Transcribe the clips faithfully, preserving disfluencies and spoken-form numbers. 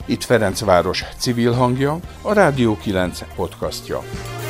Itt Ferencváros civil hangja, a Rádió kilenc podcastja.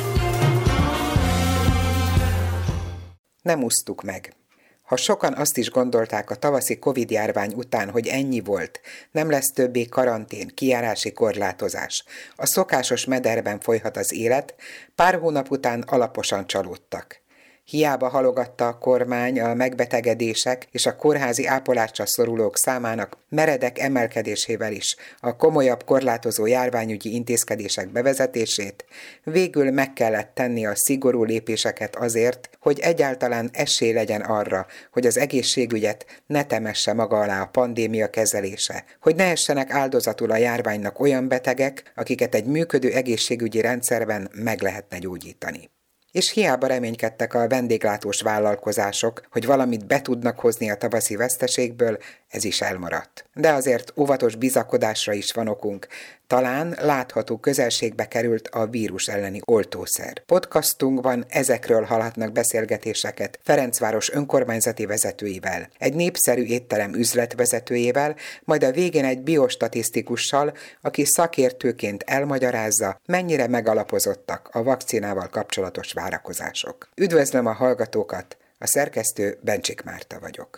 Nem úsztuk meg. Ha sokan azt is gondolták a tavaszi Covid-járvány után, hogy ennyi volt, nem lesz többé karantén, kijárási korlátozás, a szokásos mederben folyhat az élet, pár hónap után alaposan csalódtak. Hiába halogatta a kormány a megbetegedések és a kórházi ápolásra szorulók számának meredek emelkedésével is a komolyabb korlátozó járványügyi intézkedések bevezetését, végül meg kellett tenni a szigorú lépéseket azért, hogy egyáltalán esély legyen arra, hogy az egészségügyet ne temesse maga alá a pandémia kezelése, hogy ne essenek áldozatul a járványnak olyan betegek, akiket egy működő egészségügyi rendszerben meg lehetne gyógyítani. És hiába reménykedtek a vendéglátós vállalkozások, hogy valamit be tudnak hozni a tavaszi veszteségből, ez is elmaradt. De azért óvatos bizakodásra is van okunk. Talán látható közelségbe került a vírus elleni oltószer. Podcastunkban ezekről hallhatnak beszélgetéseket Ferencváros önkormányzati vezetőivel, egy népszerű étterem üzletvezetőjével, majd a végén egy biostatisztikussal, aki szakértőként elmagyarázza, mennyire megalapozottak a vakcinával kapcsolatos várakozások. Üdvözlöm a hallgatókat, a szerkesztő Bencsik Márta vagyok.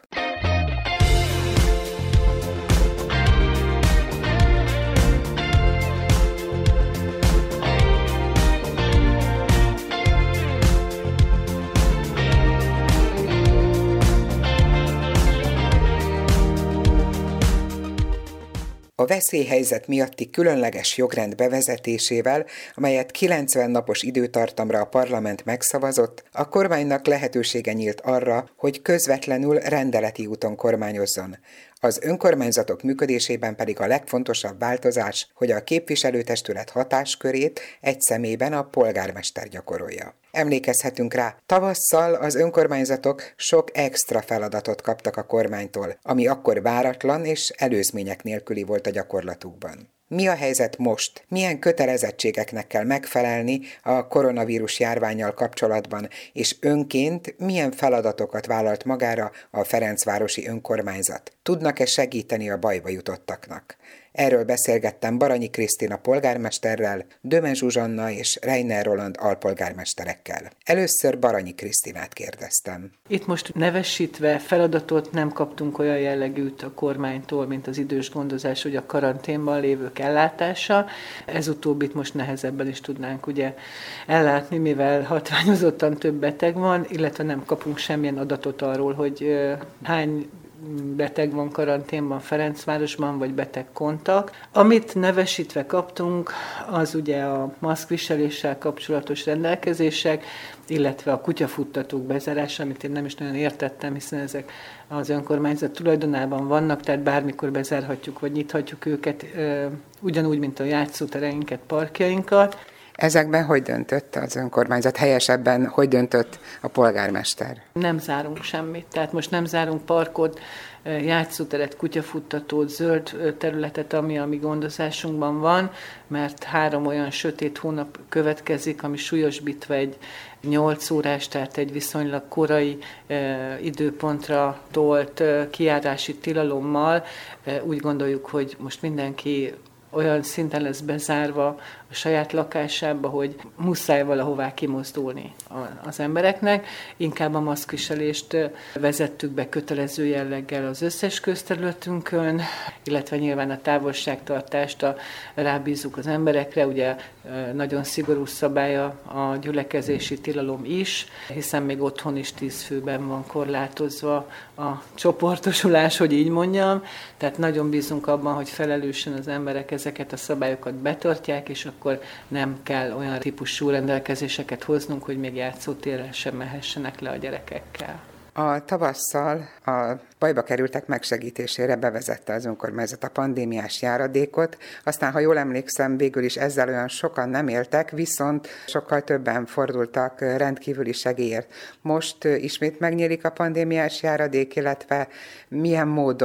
A veszélyhelyzet miatti különleges jogrend bevezetésével, amelyet kilencven napos időtartamra a parlament megszavazott, a kormánynak lehetősége nyílt arra, hogy közvetlenül rendeleti úton kormányozzon. Az önkormányzatok működésében pedig a legfontosabb változás, hogy a képviselőtestület hatáskörét egy személyben a polgármester gyakorolja. Emlékezhetünk rá, tavasszal az önkormányzatok sok extra feladatot kaptak a kormánytól, ami akkor váratlan és előzmények nélküli volt a gyakorlatukban. Mi a helyzet most? Milyen kötelezettségeknek kell megfelelni a koronavírus járvánnyal kapcsolatban, és önként milyen feladatokat vállalt magára a ferencvárosi önkormányzat? Tudnak-e segíteni a bajba jutottaknak? Erről beszélgettem Baranyi Krisztina polgármesterrel, Döme Zsuzsanna és Reiner Roland alpolgármesterekkel. Először Baranyi Krisztinát kérdeztem. Itt most nevesítve feladatot nem kaptunk olyan jellegűt a kormánytól, mint az idős gondozás, hogy a karanténban lévők ellátása. Ez utóbbit most nehezebben is tudnánk ugye ellátni, mivel hatványozottan több beteg van, illetve nem kapunk semmilyen adatot arról, hogy hány beteg van karanténban Ferencvárosban, vagy beteg kontakt. Amit nevesítve kaptunk, az ugye a maszkviseléssel kapcsolatos rendelkezések, illetve a kutyafuttatók bezárása, amit én nem is nagyon értettem, hiszen ezek az önkormányzat tulajdonában vannak, tehát bármikor bezárhatjuk, vagy nyithatjuk őket, ugyanúgy, mint a játszótereinket, parkjainkat. Ezekben hogy döntött az önkormányzat? Helyesebben hogy döntött a polgármester? Nem zárunk semmit, tehát most nem zárunk parkot, játszóteret, kutyafuttatót, zöld területet, ami a mi gondozásunkban van, mert három olyan sötét hónap következik, ami súlyosbítva egy nyolc órás, tehát egy viszonylag korai e, időpontra tolt e, kijárási tilalommal. E, úgy gondoljuk, hogy most mindenki olyan szinten lesz bezárva a saját lakásába, hogy muszáj valahová kimozdulni az embereknek. Inkább a maszkviselést vezettük be kötelező jelleggel az összes közterületünkön, illetve nyilván a távolságtartást a, rábízzuk az emberekre. Ugye nagyon szigorú szabálya a gyülekezési tilalom is, hiszen még otthon is tíz főben van korlátozva a csoportosulás, hogy így mondjam. Tehát nagyon bízunk abban, hogy felelősen az emberek ezeket a szabályokat betartják, és akkor nem kell olyan típusú rendelkezéseket hoznunk, hogy még játszótérre sem mehessenek le a gyerekekkel. A tavasszal a bajba kerültek megsegítésére bevezette az önkormányzat a pandémiás járadékot, aztán, ha jól emlékszem, végül is ezzel olyan sokan nem éltek, viszont sokkal többen fordultak rendkívüli segélyért. Most ismét megnyílik a pandémiás járadék, illetve milyen módon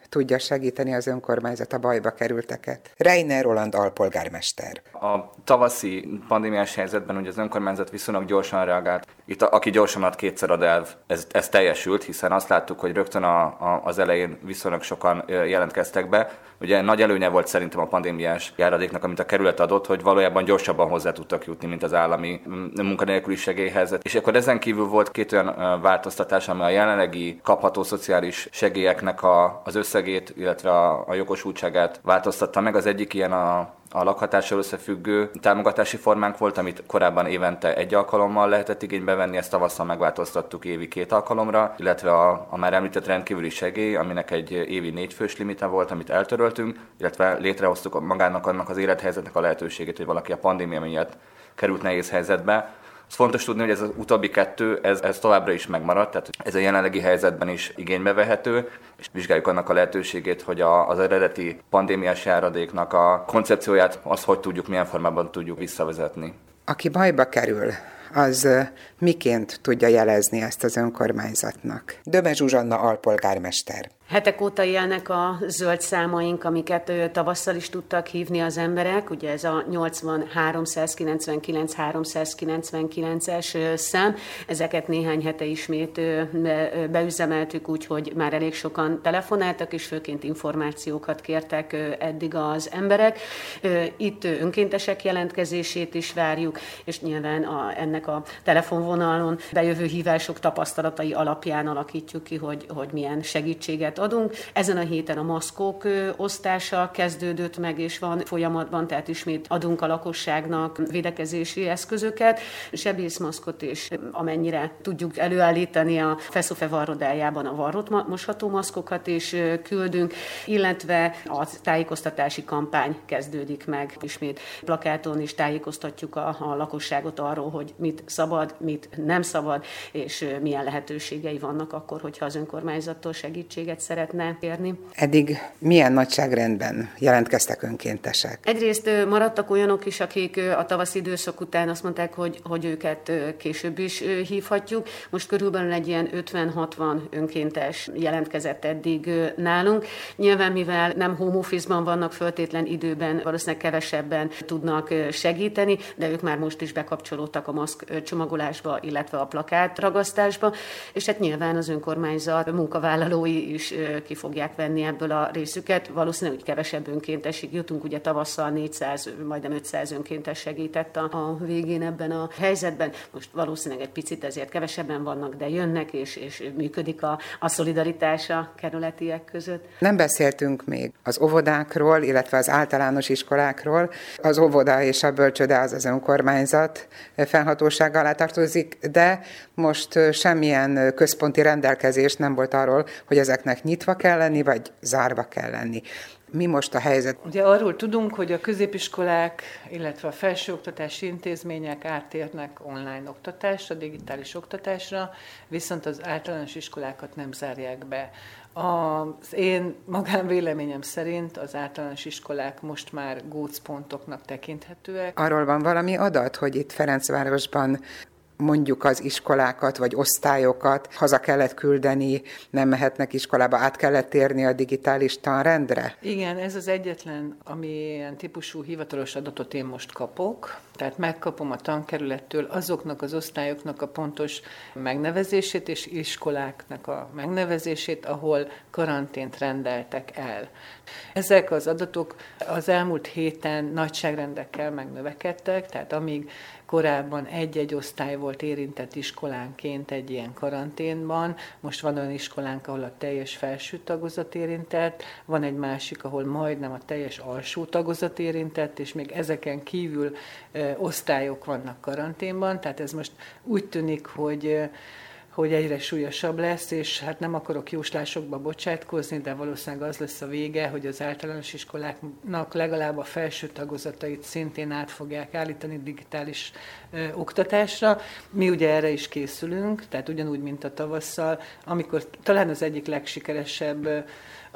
tudja segíteni az önkormányzat a bajba kerülteket. Reiner Roland alpolgármester. A tavaszi pandémiás helyzetben ugye az önkormányzat viszonylag gyorsan reagált. Itt a, aki gyorsan ad, kétszer ad elv, ez, ez teljesült, hiszen azt láttuk, hogy rögtön a, a, az elején viszonylag sokan jelentkeztek be. Ugye nagy előnye volt szerintem a pandémiás járadéknak, amit a kerület adott, hogy valójában gyorsabban hozzá tudtak jutni, mint az állami munkanélküli segélyhez. És akkor ezen kívül volt két olyan változtatás, ami a jelenlegi kapható szociális segélyeknek a, az összegét, illetve a, a jogosultságát változtatta meg. Az egyik ilyen a A lakhatással összefüggő támogatási formánk volt, amit korábban évente egy alkalommal lehetett igénybe venni, ezt tavasszal megváltoztattuk évi két alkalomra, illetve a, a már említett rendkívüli segély, aminek egy évi négy fős limite volt, amit eltöröltünk, illetve létrehoztuk magának annak az élethelyzetnek a lehetőségét, hogy valaki a pandémia miatt került nehéz helyzetbe. Az fontos tudni, hogy ez az utóbbi kettő, ez, ez továbbra is megmaradt, tehát ez a jelenlegi helyzetben is igénybe vehető, és vizsgáljuk annak a lehetőségét, hogy a, az eredeti pandémiás járadéknak a koncepcióját, azt hogy tudjuk, milyen formában tudjuk visszavezetni. Aki bajba kerül, az miként tudja jelezni ezt az önkormányzatnak? Döme Zsuzsanna alpolgármester. Hetek óta élnek a zöld számaink, amiket tavasszal is tudtak hívni az emberek, ugye ez a nyolcvan háromszázkilencvenkilenc háromszázkilencvenkilences szám, ezeket néhány hete ismét beüzemeltük, úgyhogy már elég sokan telefonáltak, és főként információkat kértek eddig az emberek. Itt önkéntesek jelentkezését is várjuk, és nyilván a, ennek a telefonvonalon bejövő hívások tapasztalatai alapján alakítjuk ki, hogy, hogy milyen segítséget adunk. Ezen a héten a maszkok osztása kezdődött meg, és van folyamatban, tehát ismét adunk a lakosságnak védekezési eszközöket, sebészmaszkot és amennyire tudjuk előállítani a Feszofe varrodájában a varrott mosható maszkokat is küldünk, illetve a tájékoztatási kampány kezdődik meg. Ismét plakáton is tájékoztatjuk a, a lakosságot arról, hogy mit szabad, mit nem szabad, és milyen lehetőségei vannak akkor, hogyha az önkormányzattól segítséget szeretne kérni. Eddig milyen nagyságrendben jelentkeztek önkéntesek? Egyrészt maradtak olyanok is, akik a tavaszi időszak után azt mondták, hogy, hogy őket később is hívhatjuk. Most körülbelül egy ilyen ötven-hatvan önkéntes jelentkezett eddig nálunk. Nyilván, mivel nem home office-ban vannak, föltétlen időben valószínűleg kevesebben tudnak segíteni, de ők már most is bekapcsolódtak a maszk csomagolásba, illetve a plakát ragasztásba, és hát nyilván az önkormányzat munkavállalói is ki fogják venni ebből a részüket. Valószínűleg, hogy kevesebb önkéntesig jutunk, ugye tavasszal négyszáz, majdnem ötszáz önkéntes segített a, a végén ebben a helyzetben. Most valószínűleg egy picit ezért kevesebben vannak, de jönnek, és, és működik a, a szolidaritás a kerületiek között. Nem beszéltünk még az óvodákról, illetve az általános iskolákról. Az óvoda és a bölcsőde az az önkormányzat fennhatósága alá tartozik, de most semmilyen központi rendelkezés nem volt arról, hogy ezeknek nyitva kell lenni, vagy zárva kell lenni. Mi most a helyzet? Ugye arról tudunk, hogy a középiskolák, illetve a felsőoktatási intézmények áttérnek online oktatásra, digitális oktatásra, viszont az általános iskolákat nem zárják be. Az én magánvéleményem szerint az általános iskolák most már gócpontoknak tekinthetőek. Arról van valami adat, hogy itt Ferencvárosban mondjuk az iskolákat vagy osztályokat haza kellett küldeni, nem mehetnek iskolába, át kellett térni a digitális tanrendre? Igen, ez az egyetlen, ami ilyen típusú hivatalos adatot én most kapok. Tehát megkapom a tankerülettől azoknak az osztályoknak a pontos megnevezését és iskoláknak a megnevezését, ahol karantént rendeltek el. Ezek az adatok az elmúlt héten nagyságrendekkel megnövekedtek, tehát amíg korábban egy-egy osztály volt érintett iskolánként egy ilyen karanténban, most van olyan iskolánk, ahol a teljes felső tagozat érintett, van egy másik, ahol majdnem a teljes alsó tagozat érintett, és még ezeken kívül ö, osztályok vannak karanténban, tehát ez most úgy tűnik, hogy ö, hogy egyre súlyosabb lesz, és hát nem akarok jóslásokba bocsátkozni, de valószínűleg az lesz a vége, hogy az általános iskoláknak legalább a felső tagozatait szintén át fogják állítani digitális ö, oktatásra. Mi ugye erre is készülünk, tehát ugyanúgy, mint a tavasszal, amikor talán az egyik legsikeresebb ö,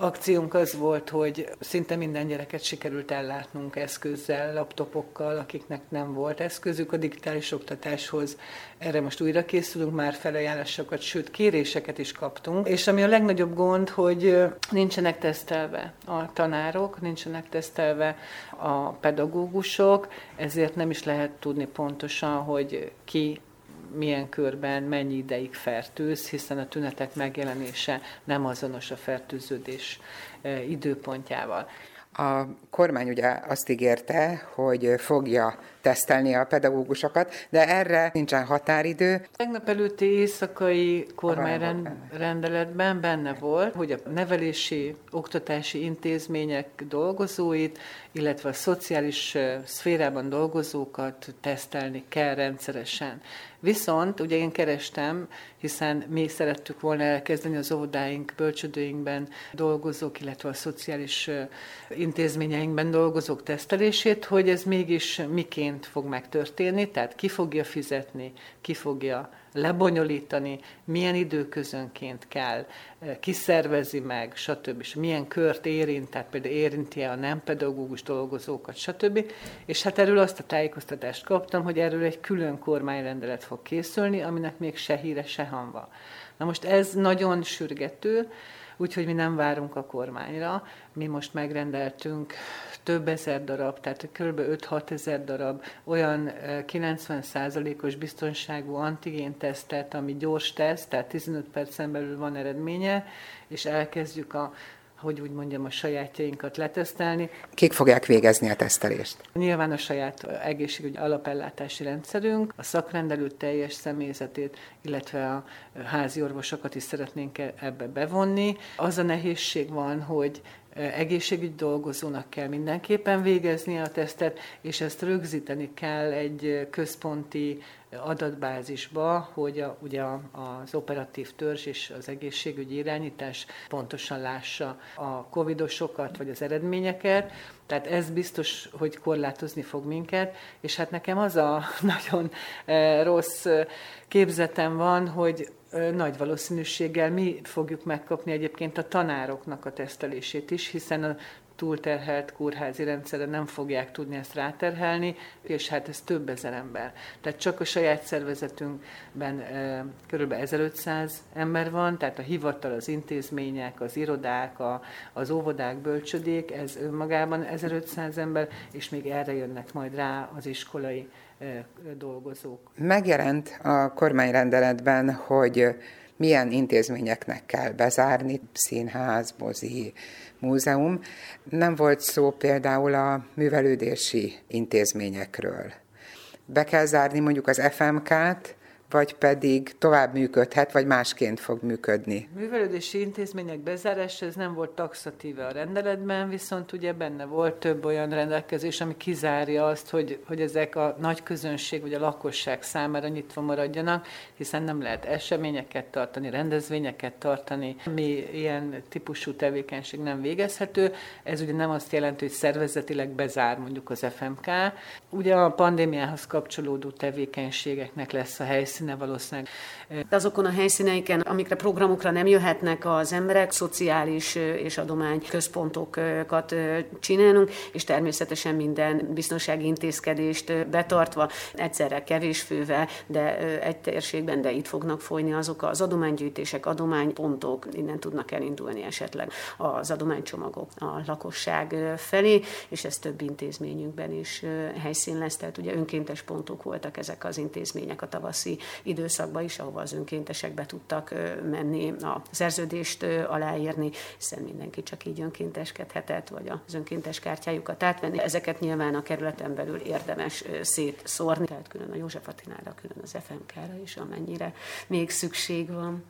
akciónk az volt, hogy szinte minden gyereket sikerült ellátnunk eszközzel, laptopokkal, akiknek nem volt eszközük a digitális oktatáshoz. Erre most újra készülünk, már felajánlásokat, sőt kéréseket is kaptunk. És ami a legnagyobb gond, hogy nincsenek tesztelve a tanárok, nincsenek tesztelve a pedagógusok, ezért nem is lehet tudni pontosan, hogy ki milyen körben, mennyi ideig fertőz, hiszen a tünetek megjelenése nem azonos a fertőződés időpontjával. A kormány ugye azt ígérte, hogy fogja tesztelni a pedagógusokat, de erre nincsen határidő. Tegnap előtti éjszakai kormányrendeletben benne volt, hogy a nevelési, oktatási intézmények dolgozóit, illetve a szociális szférában dolgozókat tesztelni kell rendszeresen. Viszont ugye én kerestem, hiszen mi szerettük volna elkezdeni az óvodáink, bölcsödőinkben dolgozók, illetve a szociális intézményeinkben dolgozók tesztelését, hogy ez mégis miként fog megtörténni, tehát ki fogja fizetni, ki fogja lebonyolítani, milyen időközönként kell, ki szervezi meg, stb. És milyen kört érint, tehát például érinti-e a nem pedagógus dolgozókat, stb. És hát erről azt a tájékoztatást kaptam, hogy erről egy külön kormányrendelet fog készülni, aminek még se híre, se hangva. Na most ez nagyon sürgető, úgyhogy mi nem várunk a kormányra. Mi most megrendeltünk több ezer darab, tehát kb. öt-hat ezer darab olyan kilencven százalékos biztonságú antigéntesztet, ami gyors teszt, tehát tizenöt percen belül van eredménye, és elkezdjük a hogy úgy mondjam, a sajátjainkat letesztelni. Kik fogják végezni a tesztelést? Nyilván a saját egészségügyi alapellátási rendszerünk, a szakrendelő teljes személyzetét, illetve a házi orvosokat is szeretnénk ebbe bevonni. Az a nehézség van, hogy egészségügyi dolgozónak kell mindenképpen végeznie a tesztet, és ezt rögzíteni kell egy központi adatbázisba, hogy a, ugye az operatív törzs és az egészségügyi irányítás pontosan lássa a covidosokat, vagy az eredményeket. Tehát ez biztos, hogy korlátozni fog minket, és hát nekem az a nagyon rossz képzetem van, hogy nagy valószínűséggel mi fogjuk megkapni egyébként a tanároknak a tesztelését is, hiszen a túlterhelt kórházi rendszerre nem fogják tudni ezt ráterhelni, és hát ez több ezer ember. Tehát csak a saját szervezetünkben e, kb. ezerötszáz ember van, tehát a hivatal, az intézmények, az irodák, a, az óvodák, bölcsödék, ez önmagában ezerötszáz ember, és még erre jönnek majd rá az iskolai e, dolgozók. Megjelent a kormányrendeletben, hogy milyen intézményeknek kell bezárni, színház, mozi, múzeum. Nem volt szó például a művelődési intézményekről. Be kell zárni mondjuk az ef em ká-t, vagy pedig tovább működhet, vagy másként fog működni. Művelődési intézmények bezárása, ez nem volt taxatíve a rendeletben, viszont ugye benne volt több olyan rendelkezés, ami kizárja azt, hogy, hogy ezek a nagy közönség, vagy a lakosság számára nyitva maradjanak, hiszen nem lehet eseményeket tartani, rendezvényeket tartani, mi ilyen típusú tevékenység nem végezhető. Ez ugye nem azt jelenti, hogy szervezetileg bezár mondjuk az ef em ká. Ugye a pandémiához kapcsolódó tevékenységeknek lesz a helyszín, valószínűleg. Azokon a helyszíneiken, amikre programokra nem jöhetnek az emberek, szociális és adomány központokat csinálunk, és természetesen minden biztonsági intézkedést betartva, egyszerre kevés fővel, de egy térségben, de itt fognak folyni azok az adománygyűjtések, adománypontok, innen tudnak elindulni esetleg az adománycsomagok a lakosság felé, és ez több intézményünkben is helyszín lesz, tehát ugye önkéntes pontok voltak ezek az intézmények a tavaszi időszakban is, ahova az önkéntesek be tudtak menni, a szerződést aláírni, hiszen mindenki csak így önkénteskedhetett, vagy az önkéntes kártyájukat átvenni. Ezeket nyilván a kerületen belül érdemes szétszórni, tehát külön a József Attilára, külön az ef em ká-ra is, amennyire még szükség van.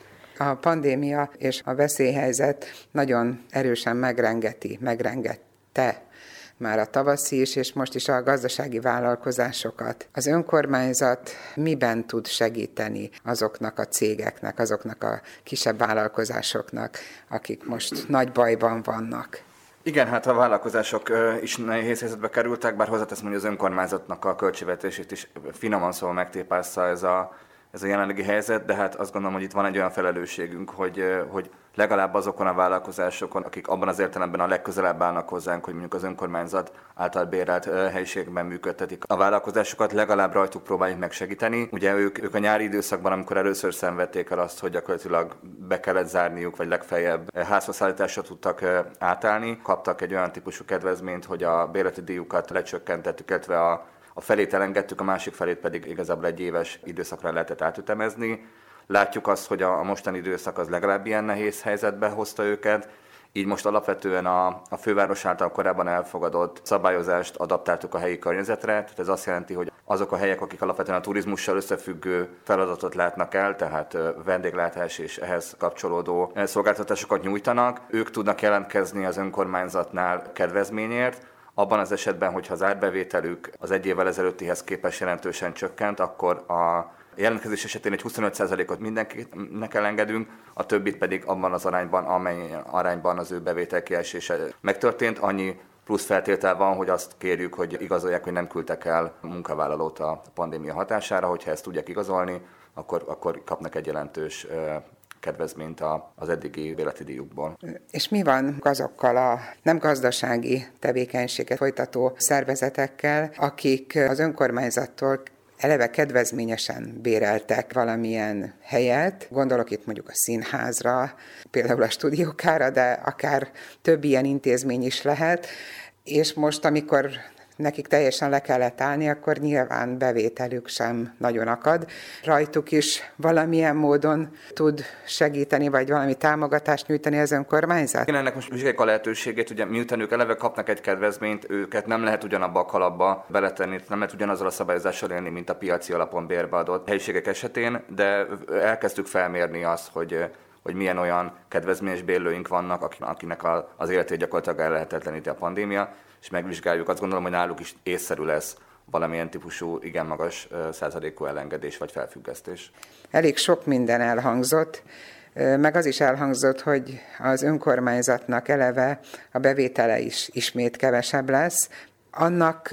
A pandémia és a veszélyhelyzet nagyon erősen megrengeti, megrengette már a tavaszi is, és most is a gazdasági vállalkozásokat. Az önkormányzat miben tud segíteni azoknak a cégeknek, azoknak a kisebb vállalkozásoknak, akik most nagy bajban vannak? Igen, hát a vállalkozások is nehéz helyzetbe kerültek, bár hozzáteszem, hogy az önkormányzatnak a költségvetését is finoman szóval megtépázza ez a, ez a jelenlegi helyzet, de hát azt gondolom, hogy itt van egy olyan felelősségünk, hogy, hogy legalább azokon a vállalkozásokon, akik abban az értelemben a legközelebb állnak hozzánk, hogy mondjuk az önkormányzat által bérelt helyiségben működtetik a vállalkozásokat, legalább rajtuk próbáljuk megsegíteni. Ugye ők, ők a nyári időszakban, amikor először szenvedték el azt, hogy gyakorlatilag be kellett zárniuk, vagy legfeljebb házhaszállításra tudtak átállni, kaptak egy olyan típusú kedvezményt, hogy a bérleti díjukat lecsökkentettük, illetve a, a felét elengedtük, a másik felét pedig igazából egy éves időszakra lehetett átütemezni. Látjuk azt, hogy a mostani időszak az legalább ilyen nehéz helyzetbe hozta őket, így most alapvetően a, a főváros által korábban elfogadott szabályozást adaptáltuk a helyi környezetre, tehát ez azt jelenti, hogy azok a helyek, akik alapvetően a turizmussal összefüggő feladatot látnak el, tehát vendéglátás és ehhez kapcsolódó szolgáltatásokat nyújtanak, ők tudnak jelentkezni az önkormányzatnál kedvezményért. Abban az esetben, hogyha az árbevételük az egy évvel ezelőttihez képest jelentősen csökkent, akkor a jelentkezés esetén egy huszonöt százalékot mindenkinek elengedünk, a többit pedig abban az arányban, amely arányban az ő bevétel kiesése megtörtént. Annyi plusz feltétel van, hogy azt kérjük, hogy igazolják, hogy nem küldtek el munkavállalót a pandémia hatására, hogyha ezt tudják igazolni, akkor, akkor kapnak egy jelentős kedvezményt az eddigi bérleti díjukból. És mi van azokkal a nem gazdasági tevékenységet folytató szervezetekkel, akik az önkormányzattól eleve kedvezményesen béreltek valamilyen helyet, gondolok itt mondjuk a színházra, például a stúdiókára, de akár több ilyen intézmény is lehet, és most, amikor nekik teljesen le kellett állni, akkor nyilván bevételük sem nagyon akad. Rajtuk is valamilyen módon tud segíteni, vagy valami támogatást nyújtani az önkormányzat? Én ennek most vizsgáljuk a lehetőségét, ugye miután ők eleve kapnak egy kedvezményt, őket nem lehet ugyanabba a kalapba beletenni, nem lehet ugyanazzal a szabályozással élni, mint a piaci alapon bérbeadott helyiségek esetén, de elkezdtük felmérni azt, hogy hogy milyen olyan kedvezményes bérlőink vannak, akinek az életét gyakorlatilag ellehetetleníti a pandémia, és megvizsgáljuk, azt gondolom, hogy náluk is észszerű lesz valamilyen típusú, igen magas százalékú elengedés vagy felfüggesztés. Elég sok minden elhangzott, meg az is elhangzott, hogy az önkormányzatnak eleve a bevétele is ismét kevesebb lesz. Annak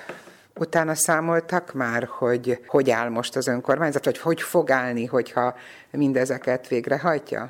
utána számoltak már, hogy hogy áll most az önkormányzat, vagy hogy fog állni, hogyha mindezeket végrehajtja?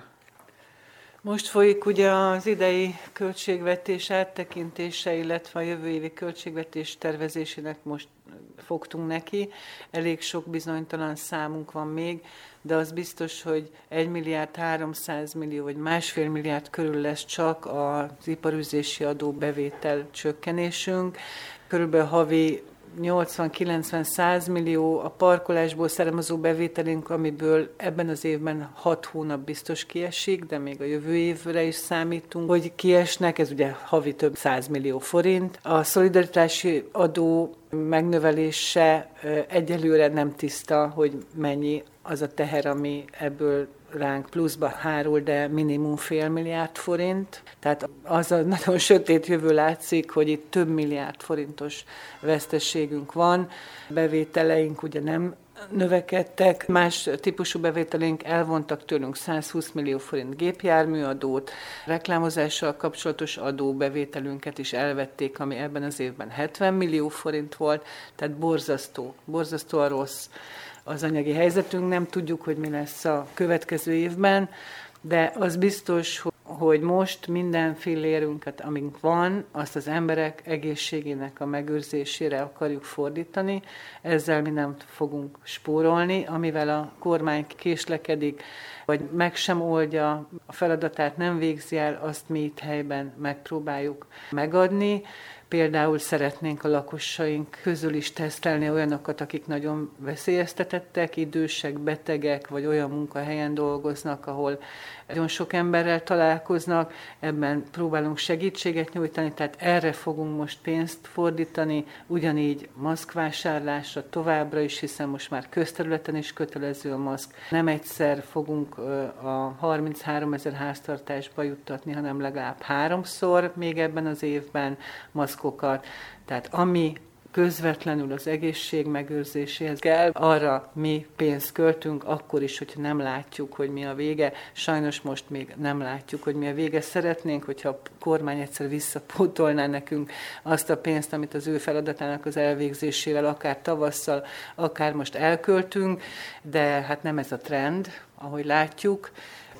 Most folyik ugye az idei költségvetés áttekintése, illetve a jövő évi költségvetés tervezésének most fogtunk neki. Elég sok bizonytalan számunk van még, de az biztos, hogy egy milliárd háromszáz millió vagy másfél milliárd körül lesz csak az iparüzési adó bevétel csökkenésünk. Körülbelül havi nyolcvan-kilencven-száz millió a parkolásból származó bevételünk, amiből ebben az évben hat hónap biztos kiesik, de még a jövő évre is számítunk, hogy kiesnek, ez ugye havi több száz millió forint. A szolidaritási adó megnövelése egyelőre nem tiszta, hogy mennyi az a teher, ami ebből ránk pluszba hárul, de minimum fél milliárd forint. Tehát az a nagyon sötét jövő látszik, hogy itt több milliárd forintos veszteségünk van. Bevételeink ugye nem növekedtek, más típusú bevételünk elvontak tőlünk százhúsz millió forint gépjárműadót, reklámozással kapcsolatos adóbevételünket is elvették, ami ebben az évben hetven millió forint volt, tehát borzasztó, borzasztóan rossz az anyagi helyzetünk, nem tudjuk, hogy mi lesz a következő évben, de az biztos, hogy most minden fillérünket, amink van, azt az emberek egészségének a megőrzésére akarjuk fordítani, ezzel mi nem fogunk spórolni, amivel a kormány késlekedik, vagy meg sem oldja, a feladatát nem végzi el, azt mi itt helyben megpróbáljuk megadni. Például szeretnénk a lakosaink közül is tesztelni olyanokat, akik nagyon veszélyeztetettek, idősek, betegek, vagy olyan munkahelyen dolgoznak, ahol nagyon sok emberrel találkoznak, ebben próbálunk segítséget nyújtani, tehát erre fogunk most pénzt fordítani, ugyanígy maszkvásárlásra továbbra is, hiszen most már közterületen is kötelező a maszk. Nem egyszer fogunk a harminchárom ezer háztartásba juttatni, hanem legalább háromszor még ebben az évben maszkokat. Tehát ami közvetlenül az egészség megőrzéséhez kell, arra mi pénzt költünk, akkor is, hogyha nem látjuk, hogy mi a vége. Sajnos most még nem látjuk, hogy mi a vége. Szeretnénk, hogyha a kormány egyszer visszapótolná nekünk azt a pénzt, amit az ő feladatának az elvégzésével, akár tavasszal, akár most elköltünk, de hát nem ez a trend, ahogy látjuk.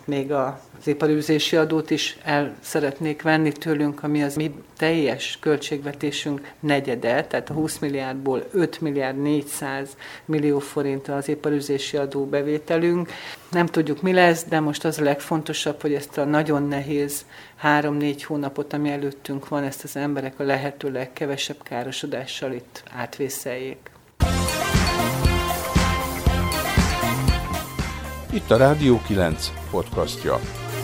még az iparűzési adót is el szeretnék venni tőlünk, ami az mi teljes költségvetésünk negyede, tehát a húsz milliárdból öt milliárd négyszáz millió forint az iparűzési adó bevételünk. Nem tudjuk, mi lesz, de most az a legfontosabb, hogy ezt a nagyon nehéz három-négy hónapot, ami előttünk van, ezt az emberek a lehető legkevesebb károsodással itt átvészeljék. Itt a Rádió kilenc podcastja.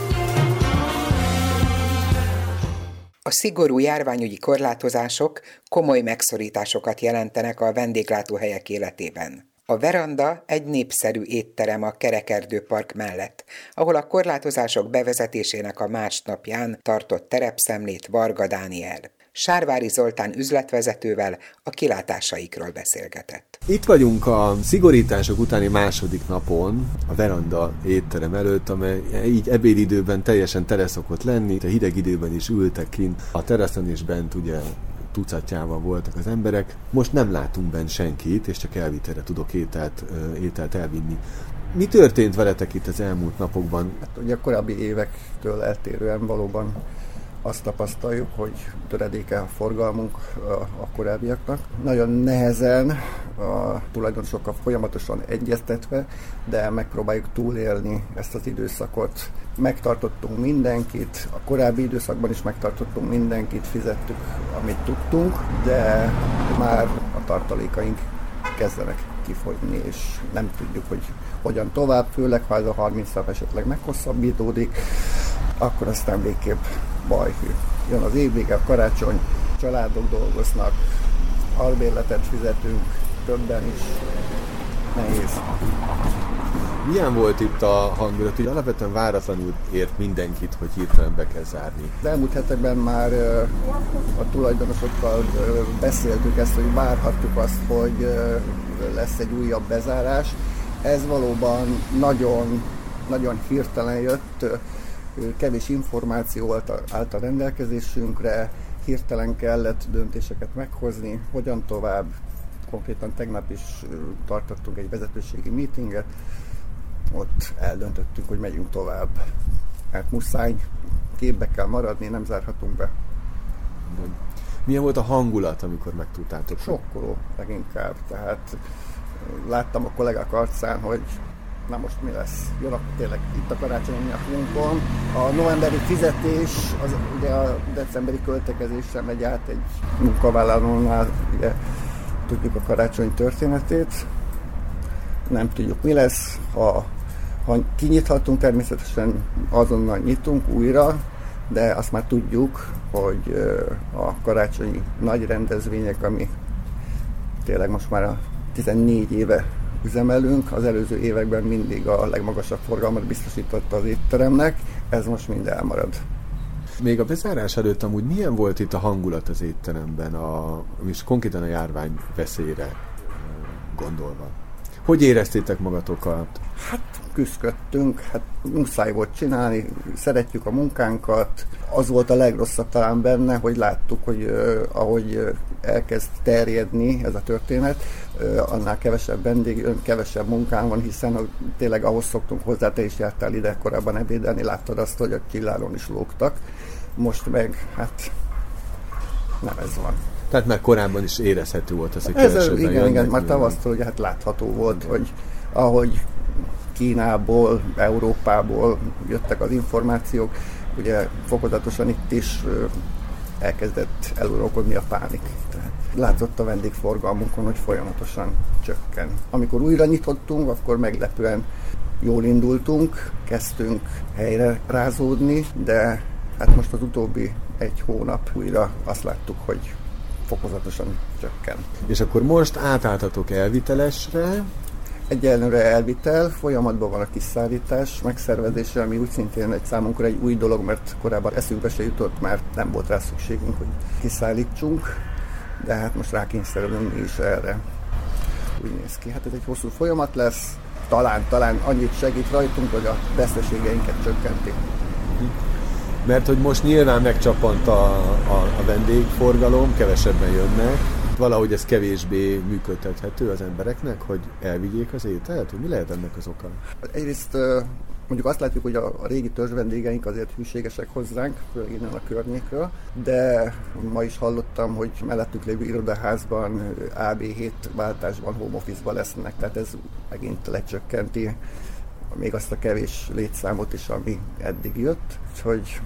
A szigorú járványügyi korlátozások komoly megszorításokat jelentenek a vendéglátóhelyek életében. A Veranda egy népszerű étterem a Kerekerdő Park mellett, ahol a korlátozások bevezetésének a másnapján tartott terepszemlét Varga Dániel. Sárvári Zoltán üzletvezetővel a kilátásaikról beszélgetett. Itt vagyunk a szigorítások utáni második napon a Veranda étterem előtt, amely így ebédidőben teljesen tele szokott lenni. A hideg időben is ültek kint, a teraszon és bent ugye tucatjával voltak az emberek. Most nem látunk bent senkit, és csak elvitelre tudok ételt, ételt elvinni. Mi történt veletek itt az elmúlt napokban? Hát ugye a korábbi évektől eltérően valóban azt tapasztaljuk, hogy töredéke a forgalmunk a korábbiaknak. Nagyon nehezen, a tulajdonosokkal folyamatosan egyeztetve, de megpróbáljuk túlélni ezt az időszakot. Megtartottunk mindenkit, a korábbi időszakban is megtartottunk mindenkit, fizettük, amit tudtunk, de már a tartalékaink kezdenek kifogyni, és nem tudjuk, hogy hogyan tovább, főleg ha ez a harminc nap esetleg meghosszabbítódik, akkor aztán végképp baj. Jön az évvége, a karácsony, családok dolgoznak, albérletet fizetünk, többen is. Nehéz. Milyen volt itt a hangulat? Ugye alapvetően váratlanul ért mindenkit, hogy hirtelen be kell zárni. Az elmúlt hetekben már a tulajdonosokkal beszéltük ezt, hogy várhattuk azt, hogy lesz egy újabb bezárás. Ez valóban nagyon, nagyon hirtelen jött, kevés információ állt a rendelkezésünkre, hirtelen kellett döntéseket meghozni, hogyan tovább. Konkrétan tegnap is tartottunk egy vezetőségi meetinget, ott eldöntöttük, hogy megyünk tovább. Hát muszáj, képbe kell maradni, nem zárhatunk be. Milyen volt a hangulat, amikor megtudtátok? Sokkoló leginkább, tehát láttam a kollégák arcán, hogy na most mi lesz? Jön akkor tényleg itt a karácsonyi nyakunkon. A novemberi fizetés, az ugye a decemberi költekezésre megy át egy munkavállalónál, ugye tudjuk a karácsony történetét. Nem tudjuk mi lesz, ha, ha kinyithatunk, természetesen azonnal nyitunk újra, de azt már tudjuk, hogy a karácsonyi nagy rendezvények, ami tényleg most már a tizennégy éve üzemelünk, az előző években mindig a legmagasabb forgalmat biztosította az étteremnek, ez most mind elmarad. Még a bezárás előtt amúgy milyen volt itt a hangulat az étteremben, a, és konkrétan a járvány veszélyre gondolva? Hogy éreztétek magatokat? Hát küzdöttünk, hát muszáj volt csinálni, szeretjük a munkánkat. Az volt a legrosszabb talán benne, hogy láttuk, hogy uh, ahogy uh, elkezd terjedni ez a történet, uh, annál kevesebb vendég jön, kevesebb munkán van, hiszen uh, tényleg ahhoz szoktunk hozzá, te is jártál ide korábban ebédelni, láttad azt, hogy a Csilláron is lógtak. Most meg, hát nem ez van. Tehát már korábban is érezhető volt az, hogy ez kevesebben igen, jönnek. igen, már tavasztól ugye hát látható volt, igen, hogy ahogy Kínából, Európából jöttek az információk, ugye fokozatosan itt is elkezdett eluralkodni a pánik. Tehát látszott a vendégforgalmunkon, hogy folyamatosan csökken. Amikor újra nyitottunk, akkor meglepően jól indultunk, kezdtünk helyre rázódni, de hát most az utóbbi egy hónap újra azt láttuk, hogy fokozatosan csökken. És akkor most átálltatok elvitelesre? Egyelőre elvitel, folyamatban van a kiszállítás megszervezése, ami úgy szintén egy számunkra egy új dolog, mert korábban eszünkbe se jutott, mert nem volt rá szükségünk, hogy kiszállítsunk, de hát most rákényszerülünk mi is erre. Úgy néz ki. Hát ez egy hosszú folyamat lesz, talán, talán annyit segít rajtunk, hogy a veszteségeinket csökkenti. Mert hogy most nyilván megcsapant a, a, a vendégforgalom, kevesebben jönnek, valahogy ez kevésbé működtethető az embereknek, hogy elvigyék az ételt? Mi lehet ennek az oka? Egyrészt mondjuk azt látjuk, hogy a régi törzsvendégeink azért hűségesek hozzánk, főleg innen a környékről, de ma is hallottam, hogy mellettük lévő irodaházban á bé hét váltásban, home office-ban lesznek, tehát ez megint lecsökkenti még azt a kevés létszámot is, ami eddig jött, úgyhogy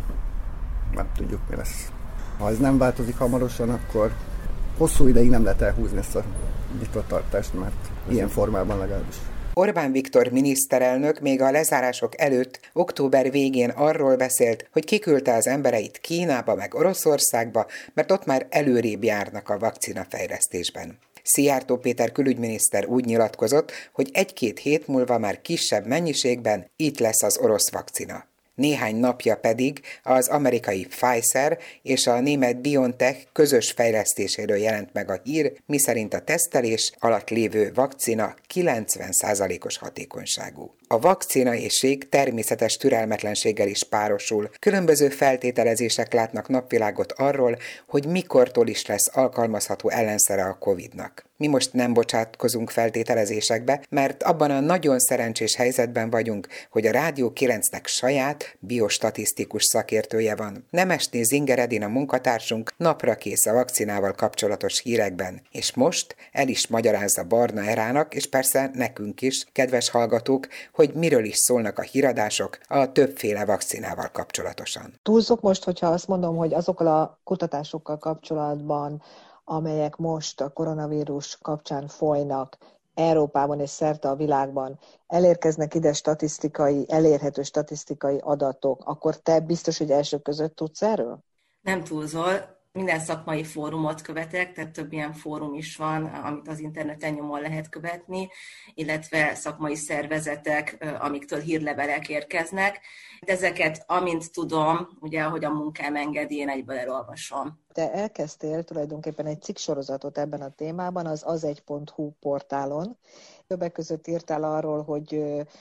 nem tudjuk, mi lesz. Ha ez nem változik hamarosan, akkor hosszú ideig nem lehet elhúzni ezt a nyitvatartást, mert ilyen formában legalábbis. Orbán Viktor miniszterelnök még a lezárások előtt október végén arról beszélt, hogy kiküldte az embereit Kínába meg Oroszországba, mert ott már előrébb járnak a vakcinafejlesztésben. Szijjártó Péter külügyminiszter úgy nyilatkozott, hogy egy-két hét múlva már kisebb mennyiségben itt lesz az orosz vakcina. Néhány napja pedig az amerikai Pfizer és a német BioNTech közös fejlesztéséről jelent meg a hír, miszerint a tesztelés alatt lévő vakcina kilencven százalékos hatékonyságú. A vakcinaéhség természetes türelmetlenséggel is párosul. Különböző feltételezések látnak napvilágot arról, hogy mikortól is lesz alkalmazható ellenszere a Covidnak. Mi most nem bocsátkozunk feltételezésekbe, mert abban a nagyon szerencsés helyzetben vagyunk, hogy a Rádió kilencnek saját biostatisztikus szakértője van. Nemesné Zinger Edina munkatársunk napra kész a vakcinával kapcsolatos hírekben, és most el is magyarázza Barna Erának, és persze nekünk is, kedves hallgatók, hogy miről is szólnak a híradások a többféle vakcinával kapcsolatosan. Túlzok most, hogyha azt mondom, hogy azokkal a kutatásokkal kapcsolatban, amelyek most a koronavírus kapcsán folynak Európában és szerte a világban, elérkeznek ide statisztikai, elérhető statisztikai adatok, akkor te biztos, hogy elsők között tudsz erről? Nem túlzol. Minden szakmai fórumot követek, tehát több ilyen fórum is van, amit az interneten nyomon lehet követni, illetve szakmai szervezetek, amiktől hírlevelek érkeznek. Ezeket, amint tudom, ugye, ahogy a munkám engedi, én egyből elolvasom. Te elkezdtél tulajdonképpen egy cikksorozatot ebben a témában, az az egy pont hu portálon. Többek között írtál arról, hogy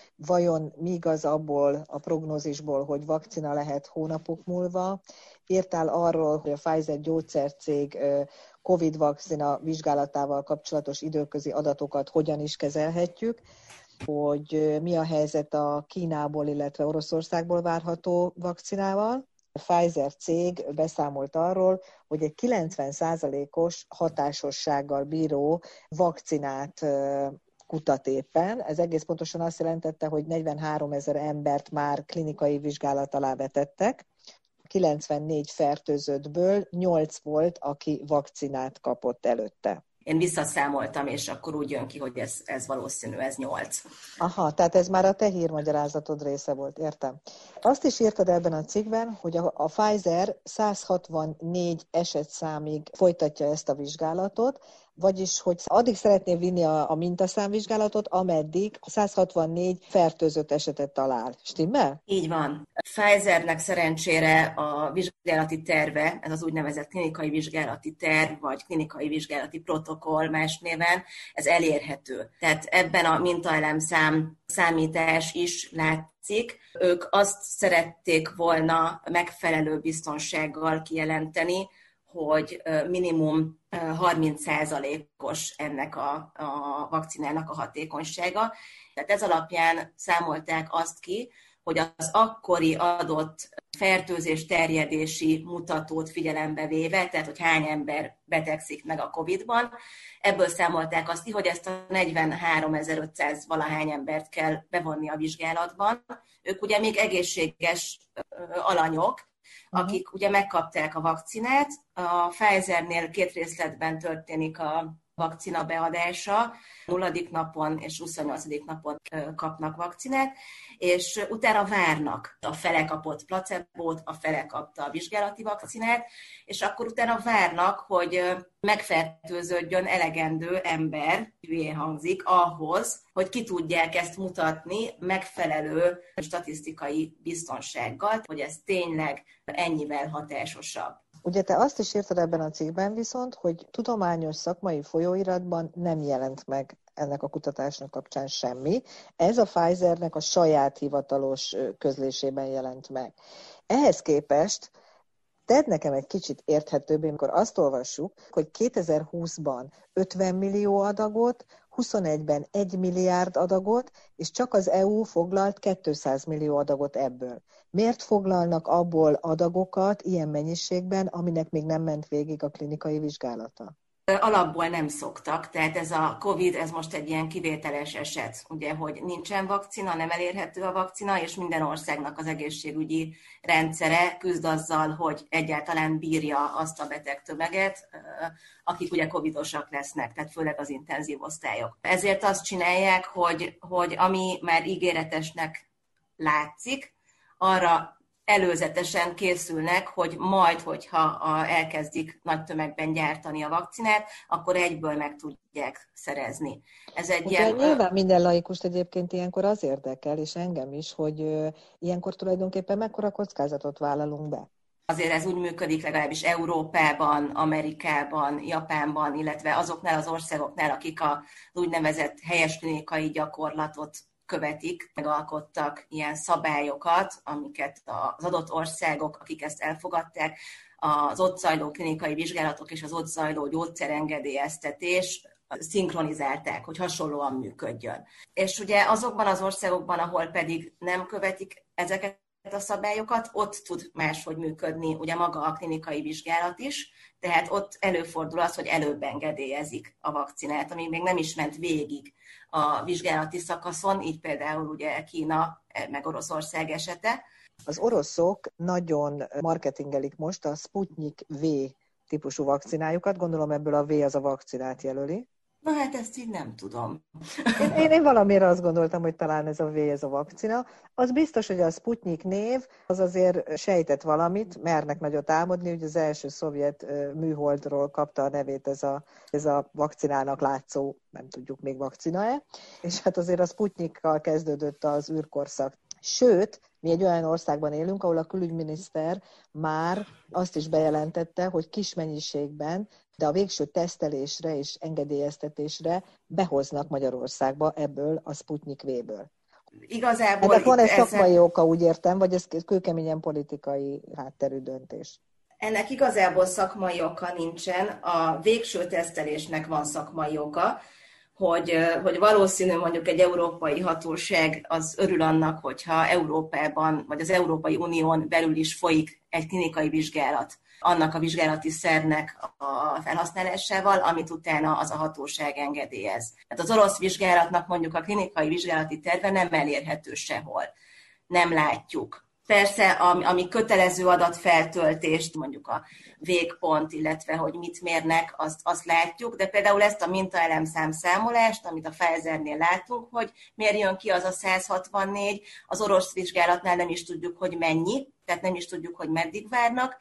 vajon mi igaz abból a prognózisból, hogy vakcina lehet hónapok múlva. Írtál arról, hogy a Pfizer gyógyszercég Covid vakcina vizsgálatával kapcsolatos időközi adatokat hogyan is kezelhetjük, hogy mi a helyzet a Kínából, illetve Oroszországból várható vakcinával. A Pfizer cég beszámolt arról, hogy egy kilencven százalékos hatásossággal bíró vakcinát kutat éppen. Ez egész pontosan azt jelentette, hogy negyvenháromezer embert már klinikai vizsgálat alá vetettek. kilencvennégy fertőzöttből nyolc volt, aki vakcinát kapott előtte. Én visszaszámoltam, és akkor úgy jön ki, hogy ez, ez valószínű, ez nyolc. Aha, tehát ez már a te hírmagyarázatod része volt, értem. Azt is írtad ebben a cikkben, hogy a, a Pfizer száz hatvannégy esetszámig folytatja ezt a vizsgálatot, vagyis, hogy addig szeretné vinni a, a mintaszámvizsgálatot, ameddig száz hatvannégy fertőzött esetet talál. Stimmel? Így van. Pfizernek szerencsére a vizsgálati terve, ez az úgynevezett klinikai vizsgálati terv, vagy klinikai vizsgálati protokoll más néven, ez elérhető. Tehát ebben a mintaelemszám számítás is látszik. Ők azt szerették volna megfelelő biztonsággal kijelenteni, hogy minimum harminc százalékos ennek a, a vakcinának a hatékonysága. Tehát ez alapján számolták azt ki, hogy az akkori adott fertőzés terjedési mutatót figyelembe véve, tehát hogy hány ember betegszik meg a Covidban, ebből számolták azt ki, hogy ezt a negyvenháromezer-ötszáz valahány embert kell bevonni a vizsgálatban. Ők ugye még egészséges alanyok, akik ugye megkapták a vakcinát. A Pfizernél két részletben történik a vakcina beadása, nulladik napon és huszonnyolcadik napon kapnak vakcinát, és utána várnak. A fele kapott placebót, a fele kapta a vizsgálati vakcinát, és akkor utána várnak, hogy megfertőződjön elegendő ember, hülyén hangzik, ahhoz, hogy ki tudják ezt mutatni megfelelő statisztikai biztonsággal, hogy ez tényleg ennyivel hatásosabb. Ugye te azt is írtad ebben a cikkben viszont, hogy tudományos szakmai folyóiratban nem jelent meg ennek a kutatásnak kapcsán semmi. Ez a Pfizernek a saját hivatalos közlésében jelent meg. Ehhez képest Tedd nekem egy kicsit érthetőbbé, amikor azt olvassuk, hogy kétezer-húszban ötven millió adagot, huszonegyben egy milliárd adagot, és csak az é u foglalt kétszáz millió adagot ebből. Miért foglalnak abból adagokat ilyen mennyiségben, aminek még nem ment végig a klinikai vizsgálata? Alapból nem szoktak, tehát ez a Covid, ez most egy ilyen kivételes eset, ugye, hogy nincsen vakcina, nem elérhető a vakcina, és minden országnak az egészségügyi rendszere küzd azzal, hogy egyáltalán bírja azt a betegtömeget, akik ugye covidosak lesznek, tehát főleg az intenzív osztályok. Ezért azt csinálják, hogy, hogy ami már ígéretesnek látszik, arra előzetesen készülnek, hogy majd, hogyha a, elkezdik nagy tömegben gyártani a vakcinát, akkor egyből meg tudják szerezni. Ez egy Ugye ilyen... Nyilván minden laikust egyébként ilyenkor az érdekel, és engem is, hogy ö, ilyenkor tulajdonképpen mekkora kockázatot vállalunk be. Azért ez úgy működik legalábbis Európában, Amerikában, Japánban, illetve azoknál az országoknál, akik az úgynevezett helyes klinikai gyakorlatot követik, megalkottak ilyen szabályokat, amiket az adott országok, akik ezt elfogadták, az ott zajló klinikai vizsgálatok és az ott zajló gyógyszerengedélyeztetés szinkronizálták, hogy hasonlóan működjön. És ugye azokban az országokban, ahol pedig nem követik ezeket a szabályokat, ott tud máshogy működni ugye maga a klinikai vizsgálat is, tehát ott előfordul az, hogy előbb engedélyezik a vakcinát, ami még nem is ment végig a vizsgálati szakaszon, így például ugye Kína meg Oroszország esete. Az oroszok nagyon marketingelik most a Sputnik V típusú vakcinájukat, gondolom ebből a V az a vakcinát jelöli. Na hát ezt így nem tudom. Én, én, én valamiért azt gondoltam, hogy talán ez a V, ez a vakcina. Az biztos, hogy a Sputnik név az azért sejtett valamit, mernek nagyot álmodni, hogy az első szovjet műholdról kapta a nevét ez a, ez a vakcinának látszó, nem tudjuk még vakcina-e, és hát azért a Sputnikkal kezdődött az űrkorszak. Sőt, mi egy olyan országban élünk, ahol a külügyminiszter már azt is bejelentette, hogy kis mennyiségben, de a végső tesztelésre és engedélyeztetésre behoznak Magyarországba ebből a Sputnik V-ből. Igazából ennek van egy ezzel... szakmai oka, úgy értem, vagy ez kőkeményen politikai hátterű döntés? Ennek igazából szakmai oka nincsen, a végső tesztelésnek van szakmai oka, hogy, hogy valószínű mondjuk egy európai hatóság az örül annak, hogyha Európában, vagy az Európai Unión belül is folyik egy klinikai vizsgálat annak a vizsgálati szernek a felhasználásával, amit utána az a hatóság engedélyez. Tehát az orosz vizsgálatnak mondjuk a klinikai vizsgálati terve nem elérhető sehol. Nem látjuk. Persze, ami kötelező adatfeltöltést, mondjuk a végpont, illetve hogy mit mérnek, azt, azt látjuk, de például ezt a mintaelemszám számolást, amit a Pfizernél látunk, hogy miért jön ki az a száz hatvannégy, az orosz vizsgálatnál nem is tudjuk, hogy mennyi, tehát nem is tudjuk, hogy meddig várnak,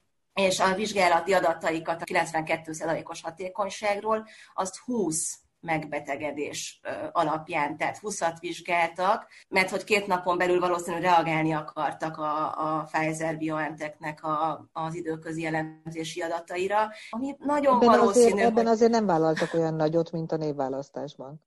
és a vizsgálati adataikat a kilencvenkét százalékos hatékonyságról, azt húsz megbetegedés alapján, tehát húszat vizsgáltak, mert hogy két napon belül valószínűleg reagálni akartak a, a Pfizer-BioNTech-nek a, az időközi elemzési adataira, ami nagyon ebben valószínű, azért, ebben hogy... azért nem vállaltak olyan nagyot, mint a névválasztásban.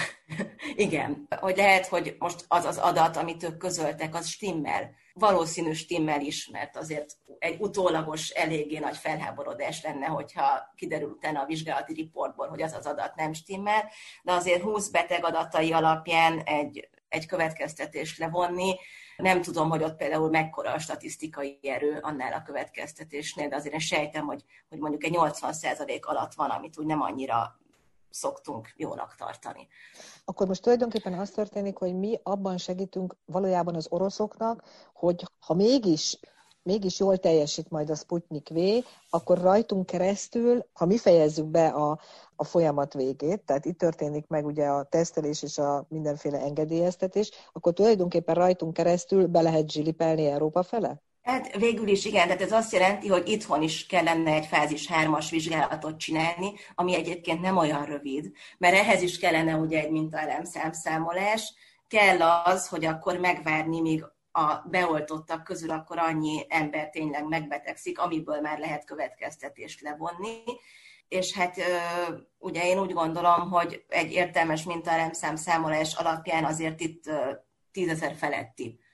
Igen, hogy lehet, hogy most az az adat, amit ők közöltek, az stimmel. Valószínű stimmel is, mert azért egy utólagos, eléggé nagy felháborodás lenne, hogyha kiderül utána a vizsgálati riportból, hogy az az adat nem stimmel, de azért húsz beteg adatai alapján egy, egy következtetést levonni. Nem tudom, hogy ott például mekkora a statisztikai erő annál a következtetésnél, de azért én sejtem, hogy, hogy mondjuk egy nyolcvan százalék alatt van, amit úgy nem annyira szoktunk jónak tartani. Akkor most tulajdonképpen az történik, hogy mi abban segítünk valójában az oroszoknak, hogy ha mégis, mégis jól teljesít majd a Sputnik V, akkor rajtunk keresztül, ha mi fejezzük be a, a folyamat végét, tehát itt történik meg ugye a tesztelés és a mindenféle engedélyeztetés, akkor tulajdonképpen rajtunk keresztül be lehet zsilipelni Európa fele? Hát végül is igen, tehát ez azt jelenti, hogy itthon is kellene egy fázis hármas vizsgálatot csinálni, ami egyébként nem olyan rövid, mert ehhez is kellene ugye egy mintaelemszámszámolás, kell az, hogy akkor megvárni, míg a beoltottak közül akkor annyi ember tényleg megbetegszik, amiből már lehet következtetést levonni. És hát ugye én úgy gondolom, hogy egy értelmes mintaelemszámszámolás alapján azért itt tízezer feletti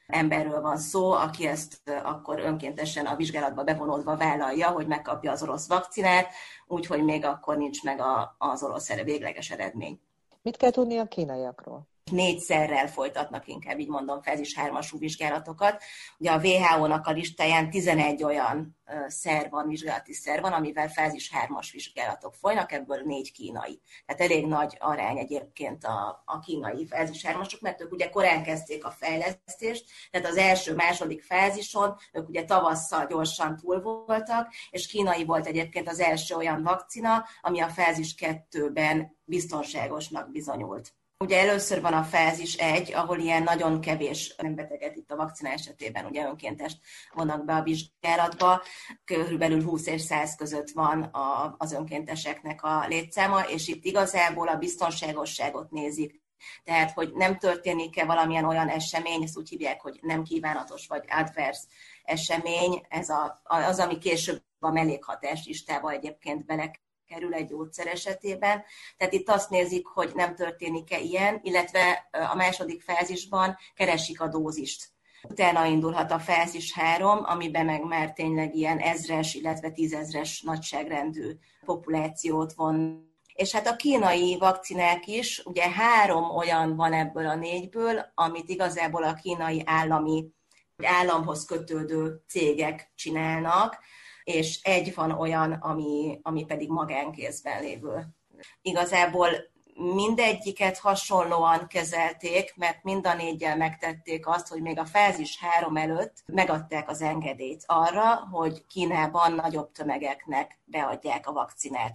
emberről van szó, aki ezt akkor önkéntesen a vizsgálatba bevonódva vállalja, hogy megkapja az orosz vakcinát, úgyhogy még akkor nincs meg a, az orosz végleges eredmény. Mit kell tudni a kínaiakról? Négyszerrel folytatnak, inkább így mondom, fázis hármasú vizsgálatokat. Ugye a dupla vé há ó-nak a listáján tizenegy olyan szer van, vizsgálati szer van, amivel fázis hármas vizsgálatok folynak, ebből négy kínai. Tehát elég nagy arány egyébként a, a kínai fázis hármasok, mert ők ugye korán kezdték a fejlesztést, tehát az első, második fázison ők ugye tavasszal gyorsan túl voltak, és kínai volt egyébként az első olyan vakcina, ami a fázis kettőben biztonságosnak bizonyult. Ugye először van a fázis egy, ahol ilyen nagyon kevés beteget itt a vakcina esetében, ugye önkéntest vonnak be a vizsgálatba, körülbelül húsz és száz között van a, az önkénteseknek a létszáma, és itt igazából a biztonságosságot nézik. Tehát, hogy nem történik-e valamilyen olyan esemény, ezt úgy hívják, hogy nem kívánatos vagy adverse esemény, ez a, az, ami később a mellékhatás listába egyébként bele kerül egy gyógyszer esetében. Tehát itt azt nézik, hogy nem történik-e ilyen, illetve a második fázisban keresik a dózist. Utána indulhat a fázis három, amiben meg már tényleg ilyen ezres, illetve tízezres nagyságrendű populációt von. És hát a kínai vakcinák is, ugye három olyan van ebből a négyből, amit igazából a kínai állami, államhoz kötődő cégek csinálnak, és egy van olyan, ami, ami pedig magánkézben lévő. Igazából mindegyiket hasonlóan kezelték, mert mind a négyel megtették azt, hogy még a fázis három előtt megadták az engedélyt arra, hogy Kínában nagyobb tömegeknek beadják a vakcinát.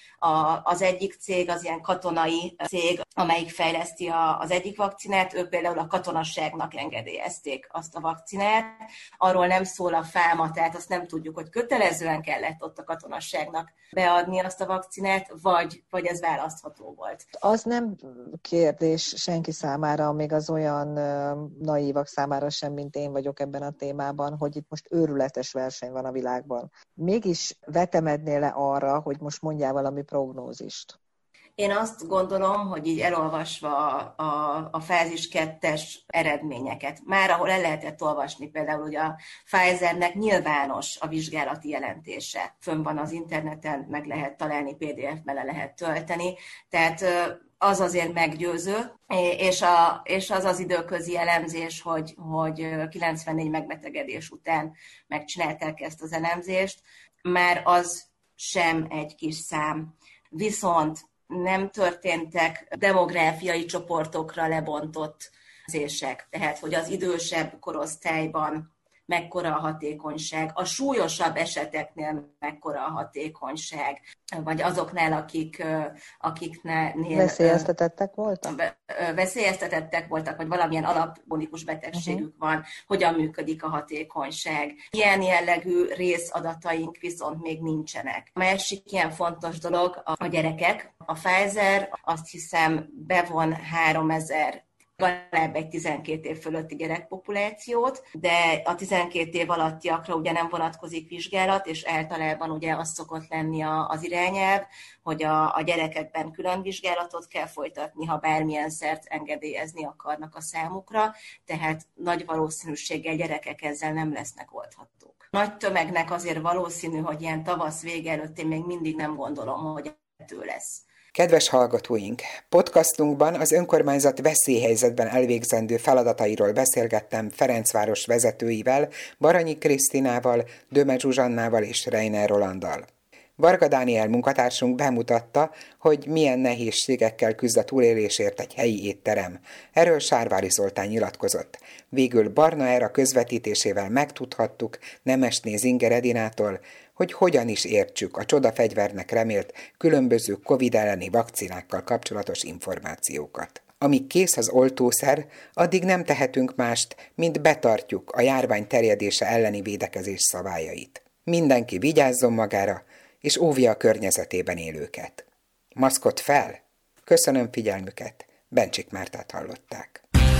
A, az egyik cég az ilyen katonai cég, amelyik fejleszti a, az egyik vakcinát, ők például a katonasságnak engedélyezték azt a vakcinát. Arról nem szól a fáma, tehát azt nem tudjuk, hogy kötelezően kellett ott a katonasságnak beadni azt a vakcinát, vagy, vagy ez választható volt. Az nem kérdés senki számára, még az olyan naívak számára sem, mint én vagyok ebben a témában, hogy itt most őrületes verseny van a világban. Mégis vetemednél le arra, hogy most mondjál valami prognózist? Én azt gondolom, hogy így elolvasva a, a, a fázis kettes eredményeket, már ahol el lehetett olvasni, például hogy a Pfizernek nyilvános a vizsgálati jelentése. Fönn van az interneten, meg lehet találni, pé dé ef-ben le lehet tölteni, tehát az azért meggyőző, és, a, és az az időközi elemzés, hogy, hogy kilencvennégy megbetegedés után megcsinálták ezt az elemzést, már az sem egy kis szám. Viszont nem történtek demográfiai csoportokra lebontott zések. Tehát, hogy az idősebb korosztályban mekkora a hatékonyság, a súlyosabb eseteknél mekkora a hatékonyság, vagy azoknál, akik, akiknél... Veszélyeztetettek voltak? Veszélyeztetettek voltak, vagy valamilyen alapkronikus betegségük uh-huh. van, hogyan működik a hatékonyság. Ilyen jellegű részadataink viszont még nincsenek. A másik ilyen fontos dolog a gyerekek. A Pfizer azt hiszem bevon háromezer legalább egy tizenkét év fölötti gyerekpopulációt, de a tizenkét év alattiakra ugye nem vonatkozik vizsgálat, és általában ugye az szokott lenni a, az irányelv, hogy a, a gyerekekben külön vizsgálatot kell folytatni, ha bármilyen szert engedélyezni akarnak a számukra, tehát nagy valószínűséggel gyerekek ezzel nem lesznek oldhatók. Nagy tömegnek azért valószínű, hogy ilyen tavasz vége előtt én még mindig nem gondolom, hogy ettől lesz. Kedves hallgatóink! Podcastunkban az önkormányzat veszélyhelyzetben elvégzendő feladatairól beszélgettem Ferencváros vezetőivel, Baranyi Krisztinával, Döme Zsuzsannával és Reiner Rolanddal. Varga Dániel munkatársunk bemutatta, hogy milyen nehézségekkel küzd a túlélésért egy helyi étterem. Erről Sárvári Zoltán nyilatkozott. Végül Barna Era közvetítésével megtudhattuk Nemesné Zinger Edinától, hogy hogyan is értsük a csodafegyvernek remélt különböző Covid elleni vakcinákkal kapcsolatos információkat. Amíg kész az oltószer, addig nem tehetünk mást, mint betartjuk a járvány terjedése elleni védekezés szabályait. Mindenki vigyázzon magára, és óvja a környezetében élőket. Maszkot fel! Köszönöm figyelmüket, Bencsik Mártát hallották.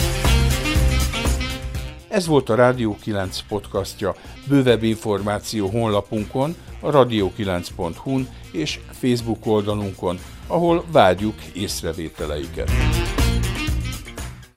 Ez volt a Rádió kilenc podcastja. Bővebb információ honlapunkon, a rádió kilenc pont hu-n és Facebook oldalunkon, ahol várjuk észrevételeiket.